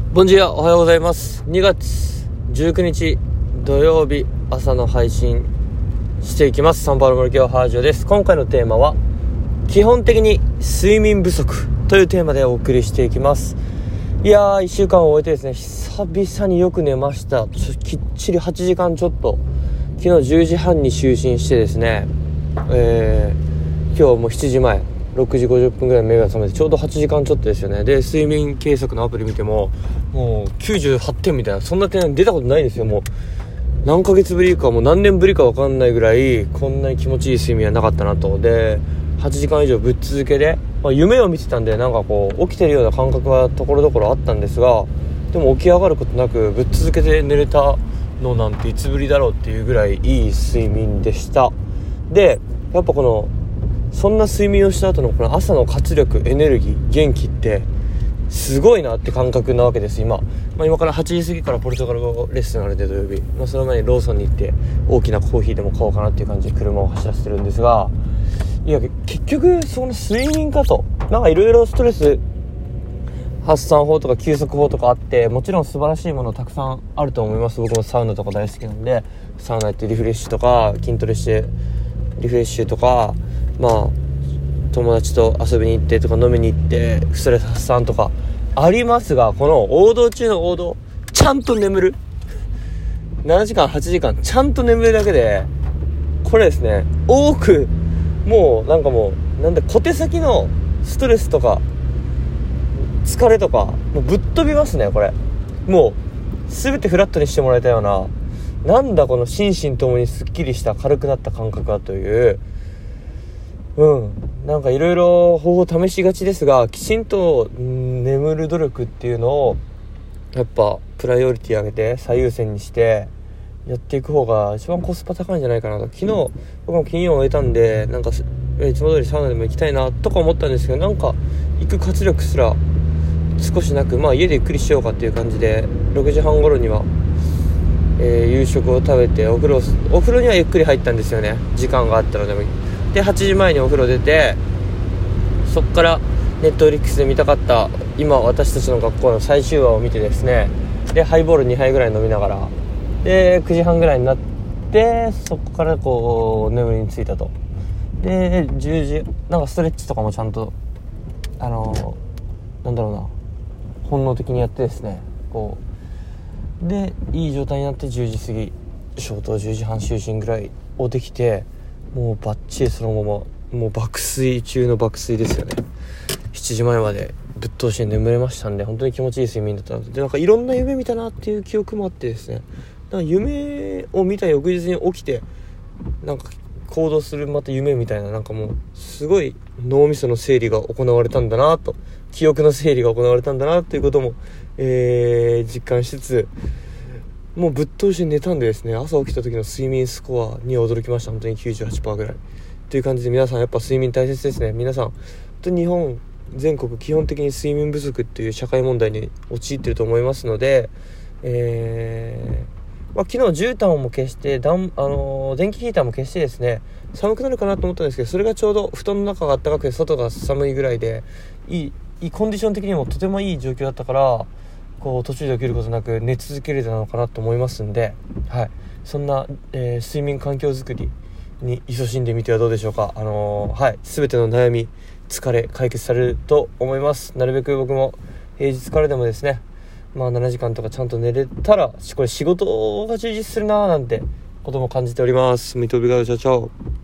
ボンジュア、おはようございます。2月19日土曜日朝の配信していきます。サンパウロ森京ハージョです。今回のテーマは基本的に睡眠不足というテーマでお送りしていきます。いやー、1週間を終えてですね、久々によく寝ました。きっちり8時間ちょっと、昨日10時半に就寝してですね、今日もう7時前6時50分ぐらい目が覚めて、ちょうど8時間ちょっとですよね。で、睡眠計測のアプリ見てももう98点みたいな、そんな点出たことないんですよ。もう何ヶ月ぶりかもう何年ぶりか分かんないぐらい、こんなに気持ちいい睡眠はなかったなと。で、8時間以上ぶっ続けで、夢を見てたんで、なんかこう起きてるような感覚はところどころあったんですが、でも起き上がることなくぶっ続けて寝れたのなんていつぶりだろうっていうぐらいいい睡眠でした。で、やっぱそんな睡眠をした後のこの朝の活力、エネルギー、元気ってすごいなって感覚なわけです。今から8時過ぎからポルトガル語レッスンあるんで、土曜日、その前にローソンに行って大きなコーヒーでも買おうかなっていう感じで車を走らせてるんですが、いや結局その睡眠かと、なんかいろいろストレス発散法とか休息法とかあって、もちろん素晴らしいものたくさんあると思います。僕もサウナとか大好きなんで、サウナ行ってリフレッシュとか、筋トレしてリフレッシュとか、友達と遊びに行ってとか、飲みに行ってストレス発散とかありますが、この王道中の王道、ちゃんと眠る7時間8時間ちゃんと眠るだけで、これですね、多くもう小手先のストレスとか疲れとかもうぶっ飛びますね。これもう全てフラットにしてもらえたような、この心身ともにすっきりした軽くなった感覚だという、なんかいろいろ方法を試しがちですが、きちんと眠る努力っていうのをやっぱプライオリティ上げて最優先にしてやっていく方が一番コスパ高いんじゃないかなと。昨日僕も金曜を終えたんで、いつも通りサウナでも行きたいなとか思ったんですけど、行く活力すら少しなく、家でゆっくりしようかっていう感じで、6時半頃には、夕食を食べてお風呂にはゆっくり入ったんですよね、時間があったので。で、8時前にお風呂出て、そこからネットフリックスで見たかった今私たちの学校の最終話を見てですね、でハイボール2杯ぐらい飲みながら、で9時半ぐらいになって、そこから眠りについたと。で10時ストレッチとかもちゃんと本能的にやってですね、でいい状態になって10時過ぎ消灯、10時半就寝ぐらいをできて、もうバッチリそのままもう爆睡中の爆睡ですよね。7時前までぶっ通しで眠れましたんで、本当に気持ちいい睡眠だったので、いろんな夢見たなっていう記憶もあってですね、夢を見た翌日に起きて行動するまた夢みたいな、もうすごい脳みその整理が行われたんだなと、記憶の整理が行われたんだなということも、実感しつつ、もうぶっ通しで寝たんでですね、朝起きた時の睡眠スコアに驚きました。本当に 98% ぐらいという感じで、皆さんやっぱ睡眠大切ですね。皆さん本当に日本全国基本的に睡眠不足っていう社会問題に陥っていると思いますので、昨日絨毯も消して電気ヒーターも消してですね、寒くなるかなと思ったんですけど、それがちょうど布団の中が暖かくて外が寒いぐらいで、いいコンディション的にもとてもいい状況だったから、途中で起きることなく寝続けれたのかなと思いますんで、そんな、睡眠環境づくりに勤しんでみてはどうでしょうか。全ての悩み、疲れ解決されると思います。なるべく僕も平日からでもですね、7時間とかちゃんと寝れたら、これ仕事が充実するななんてことも感じております。ミトビガルチャチャオ。